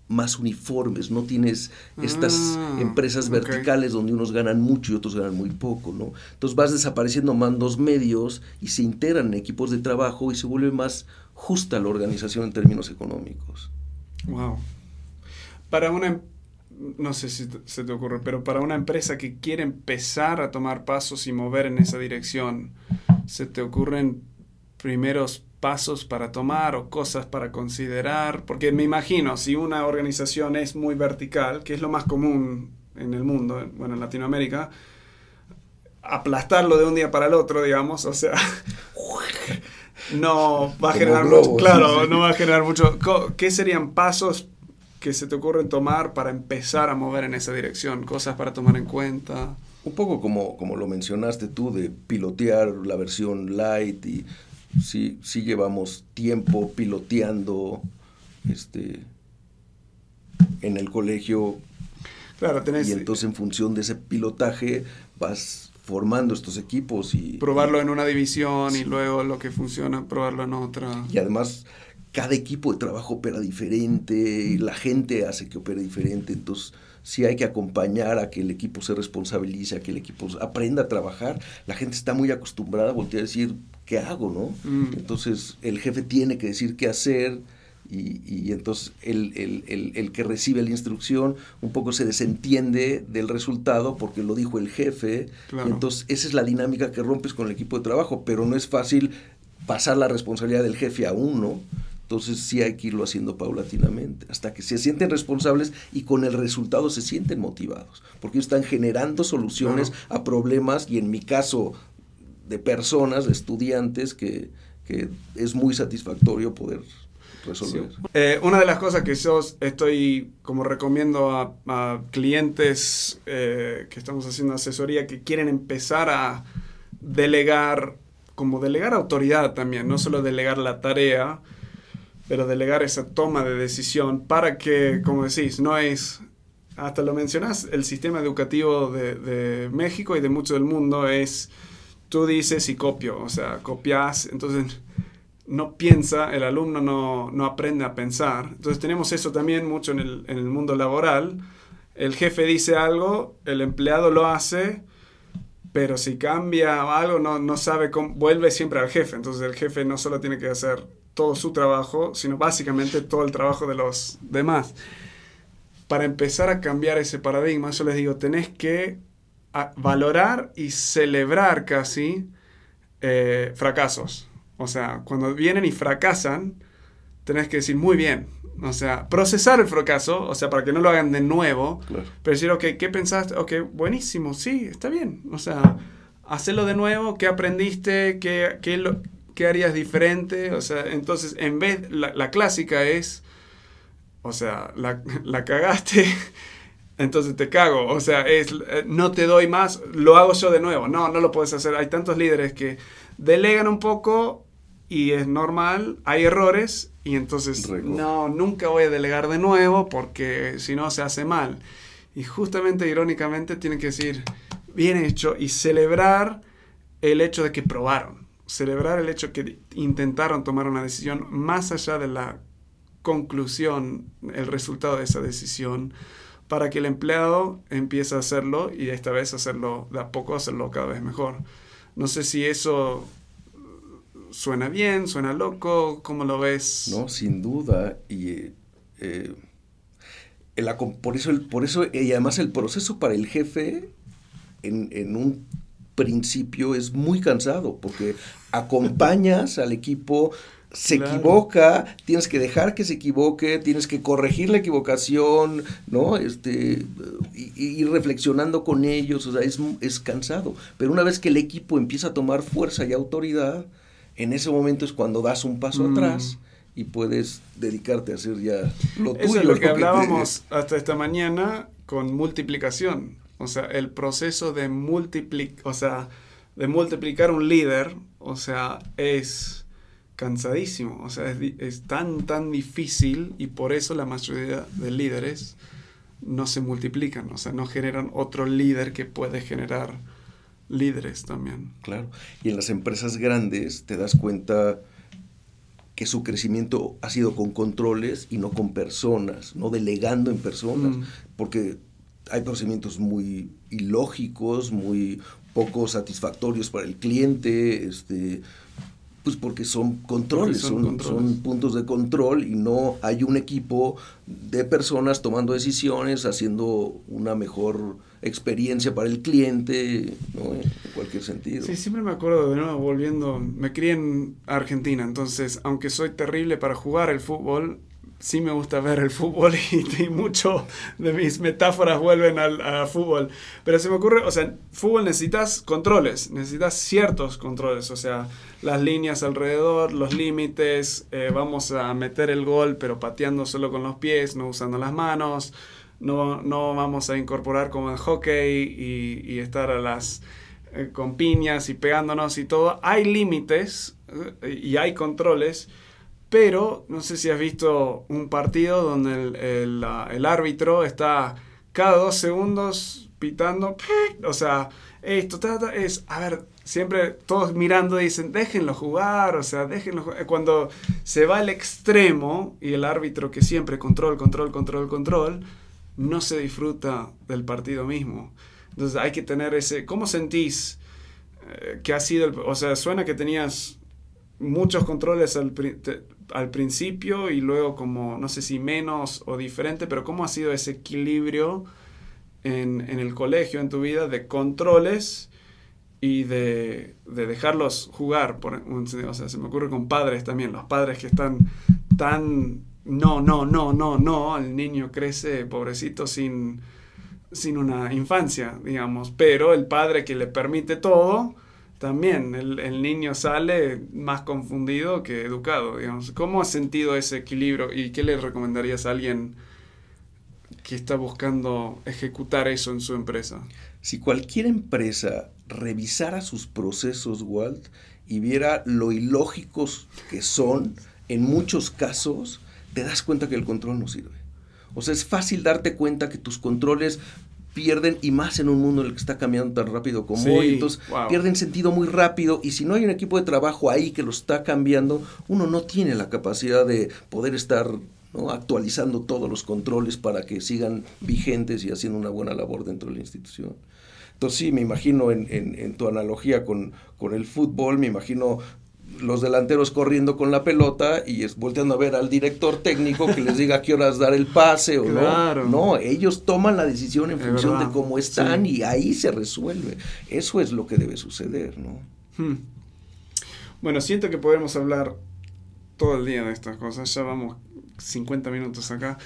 más uniformes, no tienes estas empresas verticales donde unos ganan mucho y otros ganan muy poco, ¿no? Entonces vas desapareciendo mandos medios y se integran en equipos de trabajo y se vuelve más justa la organización en términos económicos. Wow. No sé si se te ocurre, pero para una empresa que quiere empezar a tomar pasos y mover en esa dirección, ¿se te ocurren primeros pasos para tomar o cosas para considerar? Porque me imagino, si una organización es muy vertical, que es lo más común en el mundo, bueno, en Latinoamérica, aplastarlo de un día para el otro, digamos, o sea, no va a generar mucho, claro, sí. No va a generar mucho. ¿Qué serían pasos que se te ocurren tomar para empezar a mover en esa dirección? Cosas para tomar en cuenta. Un poco como lo mencionaste tú, de pilotear la versión light, y sí llevamos tiempo piloteando en el colegio. Claro, y entonces en función de ese pilotaje vas formando estos equipos y probarlo en una división, sí. Y luego lo que funciona, probarlo en otra. Y además cada equipo de trabajo opera diferente, y la gente hace que opere diferente, entonces sí hay que acompañar a que el equipo se responsabilice, a que el equipo aprenda a trabajar. La gente está muy acostumbrada a voltear a decir, ¿qué hago, no? Entonces el jefe tiene que decir qué hacer, y entonces el que recibe la instrucción un poco se desentiende del resultado porque lo dijo el jefe. Claro. Y entonces esa es la dinámica que rompes con el equipo de trabajo, pero no es fácil pasar la responsabilidad del jefe a uno. Entonces sí hay que irlo haciendo paulatinamente, hasta que se sienten responsables y con el resultado se sienten motivados, porque ellos están generando soluciones a problemas, y en mi caso de personas, de estudiantes, que es muy satisfactorio poder resolver. Sí. Una de las cosas que yo estoy como recomiendo a clientes que estamos haciendo asesoría, que quieren empezar a delegar, como delegar autoridad también, no solo delegar la tarea, pero delegar esa toma de decisión para que, como decís, no es, hasta lo mencionás, el sistema educativo de México y de mucho del mundo es, tú dices y copio, o sea, copias, entonces no piensa, el alumno no aprende a pensar. Entonces tenemos eso también mucho en el mundo laboral. El jefe dice algo, el empleado lo hace, pero si cambia algo no sabe cómo, vuelve siempre al jefe. Entonces el jefe no solo tiene que hacer todo su trabajo, sino básicamente todo el trabajo de los demás. Para empezar a cambiar ese paradigma, yo les digo, tenés que valorar y celebrar casi fracasos. O sea, cuando vienen y fracasan, tenés que decir, muy bien. O sea, procesar el fracaso, o sea, para que no lo hagan de nuevo. Claro. Pero decir, ok, ¿qué pensaste? Ok, buenísimo, sí, está bien. O sea, hacelo de nuevo, ¿qué aprendiste? ¿Qué harías diferente? O sea, entonces, en vez, la clásica es, o sea, la cagaste, entonces te cago. O sea, no te doy más, lo hago yo de nuevo. No lo puedes hacer. Hay tantos líderes que delegan un poco y es normal, hay errores, y entonces, nunca voy a delegar de nuevo porque si no se hace mal. Y justamente, irónicamente, tienen que decir, bien hecho, y celebrar el hecho de que probaron. Celebrar el hecho que intentaron tomar una decisión más allá de la conclusión, el resultado de esa decisión, para que el empleado empiece a hacerlo y esta vez hacerlo de a poco, hacerlo cada vez mejor. No sé si eso suena bien, suena loco, ¿cómo lo ves? No, sin duda, y por eso y además el proceso para el jefe en un principio es muy cansado, porque acompañas al equipo, se equivoca, tienes que dejar que se equivoque, tienes que corregir la equivocación, ¿no? Y ir reflexionando con ellos, o sea, es cansado. Pero una vez que el equipo empieza a tomar fuerza y autoridad, en ese momento es cuando das un paso atrás y puedes dedicarte a hacer ya lo tuyo. Eso es lo que hablábamos hasta esta mañana con multiplicación. O sea, el proceso de multiplicar un líder, o sea, es cansadísimo. O sea, es tan difícil, y por eso la mayoría de líderes no se multiplican. O sea, no generan otro líder que puede generar líderes también. Claro. Y en las empresas grandes te das cuenta que su crecimiento ha sido con controles y no con personas, no delegando en personas, porque hay procedimientos muy ilógicos, muy poco satisfactorios para el cliente, pues porque son controles, son puntos de control y no hay un equipo de personas tomando decisiones, haciendo una mejor experiencia para el cliente, ¿no? En cualquier sentido. Sí, siempre me acuerdo, de nuevo, volviendo, me crié en Argentina, entonces, aunque soy terrible para jugar el fútbol, sí me gusta ver el fútbol y mucho de mis metáforas vuelven al fútbol. Pero se me ocurre, o sea, fútbol necesitas controles, necesitas ciertos controles, o sea, las líneas alrededor, los límites, vamos a meter el gol pero pateando solo con los pies, no usando las manos, no vamos a incorporar como el hockey y estar a las con piñas y pegándonos y todo. Hay límites y hay controles. Pero no sé si has visto un partido donde el árbitro está cada 2 segundos pitando. O sea, esto es, a ver, siempre todos mirando dicen, déjenlo jugar, o sea, déjenlo jugar. Cuando se va al extremo y el árbitro que siempre control, no se disfruta del partido mismo. Entonces hay que tener ese... ¿Cómo sentís que ha sido? O sea, suena que tenías muchos controles al principio y luego como, no sé si menos o diferente, pero ¿cómo ha sido ese equilibrio en el colegio, en tu vida, de controles y de dejarlos jugar? O sea, se me ocurre con padres también, los padres que están tan... No, el niño crece, pobrecito, sin una infancia, digamos, pero el padre que le permite todo... También el niño sale más confundido que educado, digamos. ¿Cómo has sentido ese equilibrio y qué le recomendarías a alguien que está buscando ejecutar eso en su empresa? Si cualquier empresa revisara sus procesos, Walt, y viera lo ilógicos que son, en muchos casos, te das cuenta que el control no sirve. O sea, es fácil darte cuenta que tus controles pierden, y más en un mundo en el que está cambiando tan rápido como hoy, entonces pierden sentido muy rápido, y si no hay un equipo de trabajo ahí que lo está cambiando, uno no tiene la capacidad de poder estar, ¿no?, actualizando todos los controles para que sigan vigentes y haciendo una buena labor dentro de la institución. Entonces sí, me imagino en tu analogía con el fútbol, me imagino los delanteros corriendo con la pelota y volteando a ver al director técnico que les diga a qué horas dar el pase o claro. No, ellos toman la decisión en función de cómo están, y ahí se resuelve. Eso es lo que debe suceder, ¿no? Bueno, siento que podemos hablar todo el día de estas cosas, ya vamos 50 minutos acá.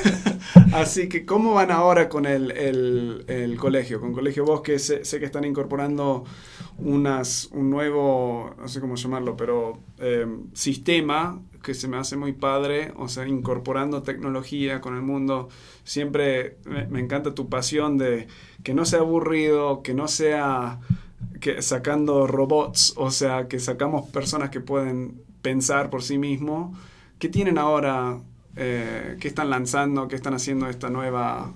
Así que, ¿cómo van ahora con el colegio? Con Colegio Bosque, sé que están incorporando un nuevo, no sé cómo llamarlo, pero sistema que se me hace muy padre, o sea, incorporando tecnología con el mundo. Siempre me encanta tu pasión de que no sea aburrido, que no sea que sacando robots, o sea, que sacamos personas que pueden pensar por sí mismos. ¿Qué tienen ahora? ¿Qué están lanzando? ¿Qué están haciendo esta nueva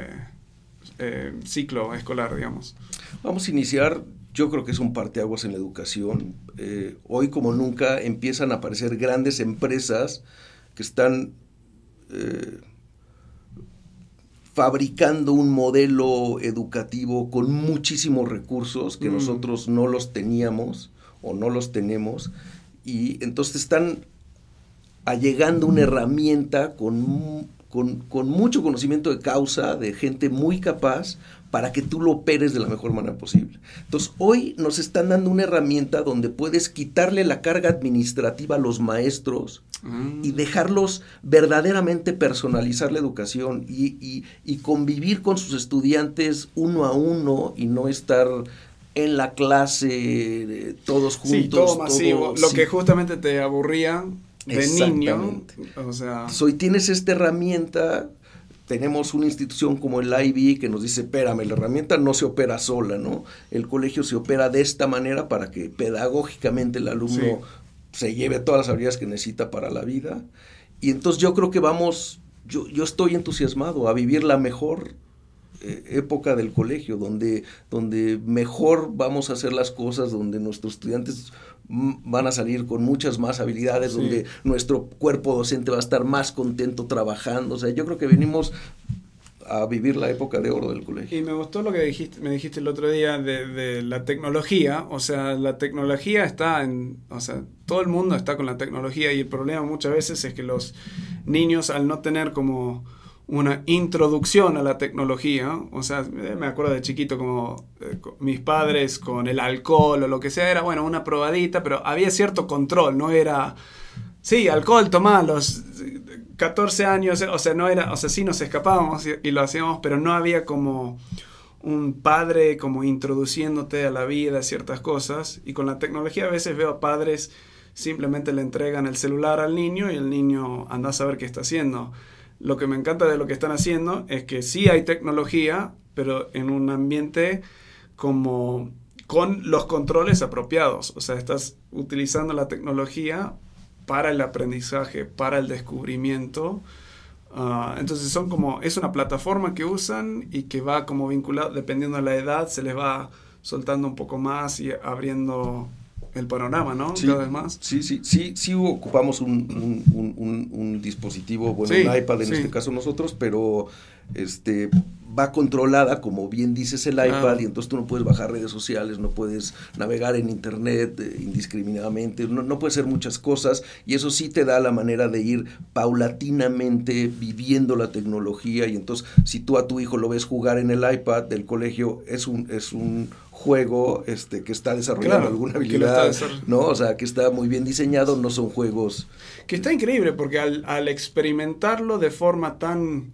ciclo escolar, digamos? Vamos a iniciar, yo creo que es un parteaguas en la educación. Hoy como nunca empiezan a aparecer grandes empresas que están fabricando un modelo educativo con muchísimos recursos que nosotros no los teníamos o no los tenemos, y entonces están allegando una herramienta con mucho conocimiento de causa, de gente muy capaz, para que tú lo operes de la mejor manera posible. Entonces, hoy nos están dando una herramienta donde puedes quitarle la carga administrativa a los maestros y dejarlos verdaderamente personalizar la educación y convivir con sus estudiantes uno a uno, y no estar en la clase todos juntos. Sí, todo masivo, lo que justamente te aburría de niño. O sea, hoy tienes esta herramienta. Tenemos una institución como el IB que nos dice, espérame, la herramienta no se opera sola, ¿no? El colegio se opera de esta manera para que pedagógicamente el alumno se lleve todas las habilidades que necesita para la vida. Y entonces yo creo que yo estoy entusiasmado a vivir la mejor época del colegio, donde mejor vamos a hacer las cosas, donde nuestros estudiantes van a salir con muchas más habilidades, Sí. donde nuestro cuerpo docente va a estar más contento trabajando. O sea, yo creo que venimos a vivir la época de oro del colegio. Y me gustó lo que me dijiste el otro día de la tecnología. O sea, la tecnología está o sea, todo el mundo está con la tecnología, y el problema muchas veces es que los niños, al no tener como una introducción a la tecnología, o sea, me acuerdo de chiquito como mis padres con el alcohol o lo que sea, era bueno, una probadita, pero había cierto control, no era, sí, alcohol, tomá, los 14 años, o sea, no era, o sea, sí nos escapábamos y lo hacíamos, pero no había como un padre como introduciéndote a la vida ciertas cosas. Y con la tecnología a veces veo a padres simplemente le entregan el celular al niño y el niño anda a saber qué está haciendo. Lo que me encanta de lo que están haciendo es que sí hay tecnología, pero en un ambiente como con los controles apropiados. O sea, estás utilizando la tecnología para el aprendizaje, para el descubrimiento. Entonces es una plataforma que usan y que va como vinculado, dependiendo de la edad, se les va soltando un poco más y abriendo el panorama, ¿no? Sí, cada vez más. Sí ocupamos un dispositivo, bueno, Sí, un iPad en sí. este caso nosotros, pero va controlada, como bien dices, el iPad, Claro. y entonces tú no puedes bajar redes sociales, no puedes navegar en internet indiscriminadamente, no puedes hacer muchas cosas, y eso sí te da la manera de ir paulatinamente viviendo la tecnología. Y entonces, si tú a tu hijo lo ves jugar en el iPad del colegio, es un juego que está desarrollando Claro, alguna que lo habilidad, está ¿no? O sea, que está muy bien diseñado, no son juegos. Que está increíble porque al experimentarlo de forma tan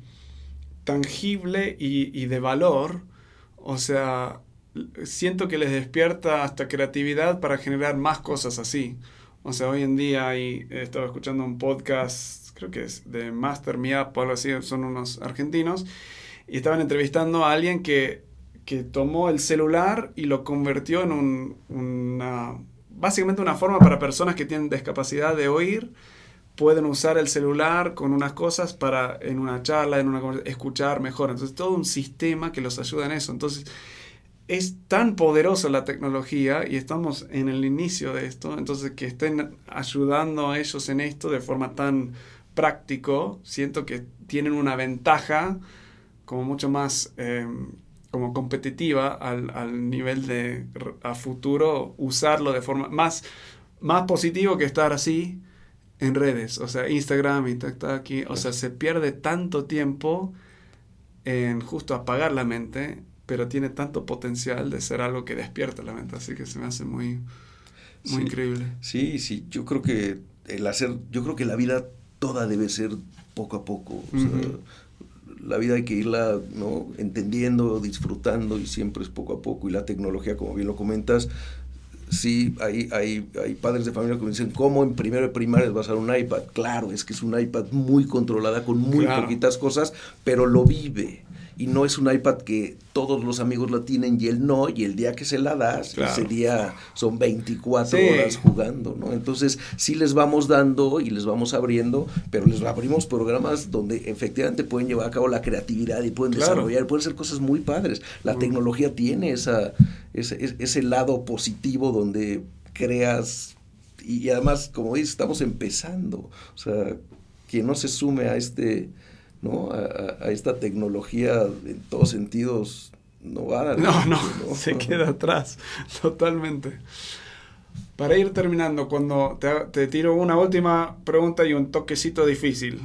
tangible y de valor, o sea, siento que les despierta hasta creatividad para generar más cosas así. O sea, hoy en día estaba escuchando un podcast, creo que es de Master Me Up o algo así, son unos argentinos, y estaban entrevistando a alguien que tomó el celular y lo convirtió en básicamente una forma para personas que tienen discapacidad de oír. Pueden usar el celular con unas cosas para en una charla, escuchar mejor. Entonces, todo un sistema que los ayuda en eso. Entonces, es tan poderosa la tecnología y estamos en el inicio de esto. Entonces, que estén ayudando a ellos en esto de forma tan práctico, siento que tienen una ventaja como mucho más como competitiva al nivel de a futuro usarlo de forma más positivo que estar así en redes, o sea, Instagram y aquí, o sea, se pierde tanto tiempo en justo apagar la mente, pero tiene tanto potencial de ser algo que despierta la mente, así que se me hace muy Sí, increíble. Sí, yo creo que la vida toda debe ser poco a poco. O sea, la vida hay que irla, ¿no?, entendiendo, disfrutando, y siempre es poco a poco. Y la tecnología, como bien lo comentas, sí, hay padres de familia que me dicen, ¿cómo en primero de primaria vas a dar un iPad? Claro, es que es un iPad muy controlada, con muy poquitas cosas, pero lo vive. Y no es un iPad que todos los amigos lo tienen y él no, y el día que se la das, ese día son 24 horas jugando, ¿no? Entonces, sí les vamos dando y les vamos abriendo, pero les abrimos programas donde efectivamente pueden llevar a cabo la creatividad y pueden desarrollar, pueden hacer cosas muy padres. La tecnología tiene ese lado positivo donde creas, y además, como dices, estamos empezando. O sea, quien no se sume a ¿no? a esta tecnología en todos sentidos, no va a dar No, se queda atrás, totalmente. Para ir terminando, cuando te tiro una última pregunta y un toquecito difícil.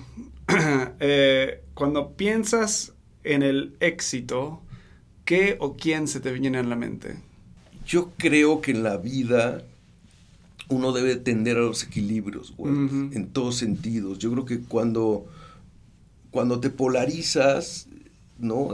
Cuando piensas en el éxito, ¿qué o quién se te viene a la mente? Yo creo que en la vida uno debe tender a los equilibrios, en todos sentidos. Yo creo que cuando te polarizas, ¿no?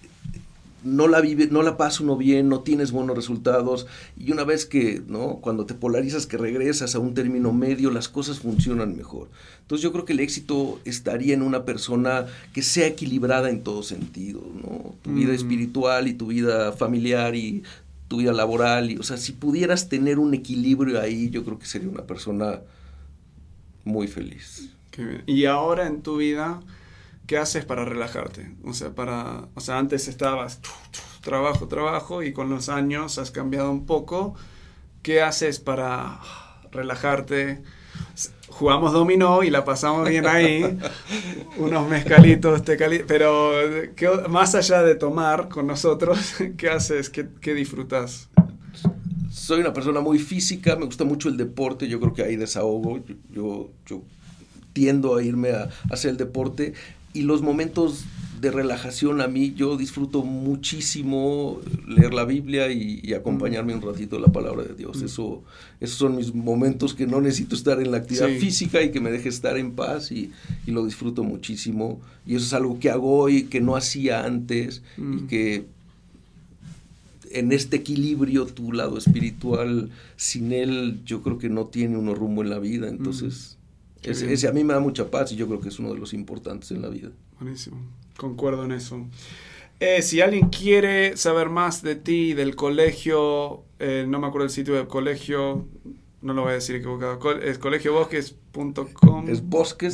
No la pasa uno bien, no tienes buenos resultados, y una vez que, ¿no?, cuando te polarizas, que regresas a un término medio, las cosas funcionan mejor. Entonces yo creo que el éxito estaría en una persona que sea equilibrada en todos sentidos, ¿no? Tu vida espiritual y tu vida familiar y tu vida laboral, o sea, si pudieras tener un equilibrio ahí, yo creo que sería una persona muy feliz. Qué bien. Y ahora en tu vida, ¿qué haces para relajarte? O sea, antes estabas trabajo, y con los años has cambiado un poco. ¿Qué haces para relajarte. Jugamos dominó y la pasamos bien ahí, unos mezcalitos, pero más allá de tomar con nosotros, ¿qué haces? ¿Qué disfrutas? Soy una persona muy física, me gusta mucho el deporte, yo creo que ahí desahogo, yo tiendo a irme a hacer el deporte, y los momentos de relajación a mí, yo disfruto muchísimo leer la Biblia y acompañarme un ratito de la palabra de Dios. Esos son mis momentos que no necesito estar en la actividad física y que me deje estar en paz, y lo disfruto muchísimo. Y eso es algo que hago hoy, que no hacía antes, y que en este equilibrio, tu lado espiritual, sin él, yo creo que no tiene uno rumbo en la vida. Entonces, ese a mí me da mucha paz, y yo creo que es uno de los importantes en la vida. Buenísimo, concuerdo en eso. Si alguien quiere saber más de ti, del colegio, no me acuerdo el sitio del colegio, no lo voy a decir equivocado, es colegiobosques.com. Es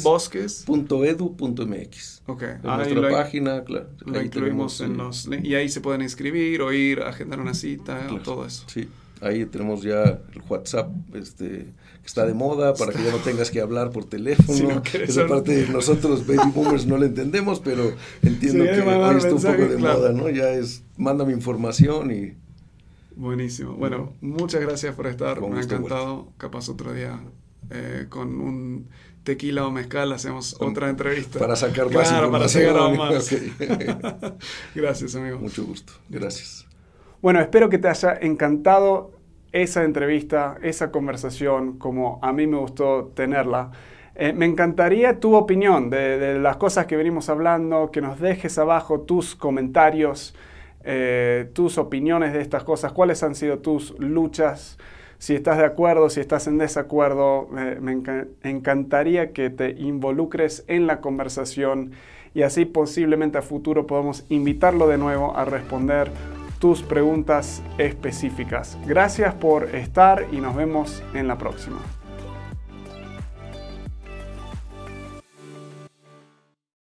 bosques.edu.mx. Ok. En nuestra página, claro. Lo incluimos en los links, y ahí se pueden inscribir o ir a agendar una cita, claro, todo eso. Sí, ahí tenemos ya el WhatsApp, que está de moda, para que ya no tengas que hablar por teléfono. Esa parte nosotros baby boomers no la entendemos, pero entiendo que hoy está un poco de moda, ¿no? Ya es, mándame información y... Buenísimo. Bueno, muchas gracias por estar, me ha encantado. Capaz otro día con un tequila o mezcal hacemos otra entrevista. Para sacar más información. Para sacar aún más. Okay. Gracias, amigo. Mucho gusto. Gracias. Bueno, espero que te haya encantado esa entrevista, esa conversación, como a mí me gustó tenerla. Me encantaría tu opinión de las cosas que venimos hablando, que nos dejes abajo tus comentarios, tus opiniones de estas cosas, cuáles han sido tus luchas, si estás de acuerdo, si estás en desacuerdo. Me encantaría que te involucres en la conversación, y así posiblemente a futuro podamos invitarlo de nuevo a responder tus preguntas específicas. Gracias por estar y nos vemos en la próxima.